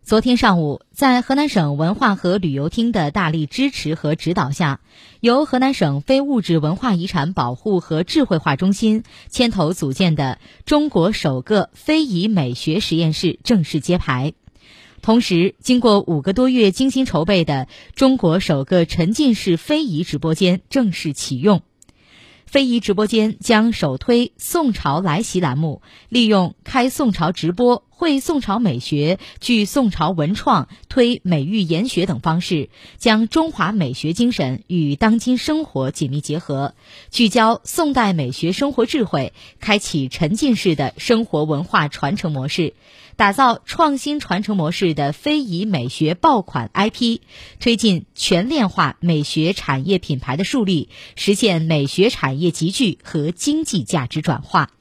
昨天上午，在河南省文化和旅游厅的大力支持和指导下，由河南省非物质文化遗产保护和智慧化中心牵头组建的中国首个非遗美学实验室正式揭牌。同时，经过5个多月精心筹备的中国首个沉浸式非遗直播间正式启用。非遗直播间将首推宋朝来袭栏目，利用开宋朝直播、会宋朝美学、聚宋朝文创、推美育研学等方式，将中华美学精神与当今生活紧密结合，聚焦宋代美学生活智慧，开启沉浸式的生活文化传承模式，打造创新传承模式的非遗美学爆款 IP， 推进全链化美学产业品牌的树立，实现美学产业集聚和经济价值转化。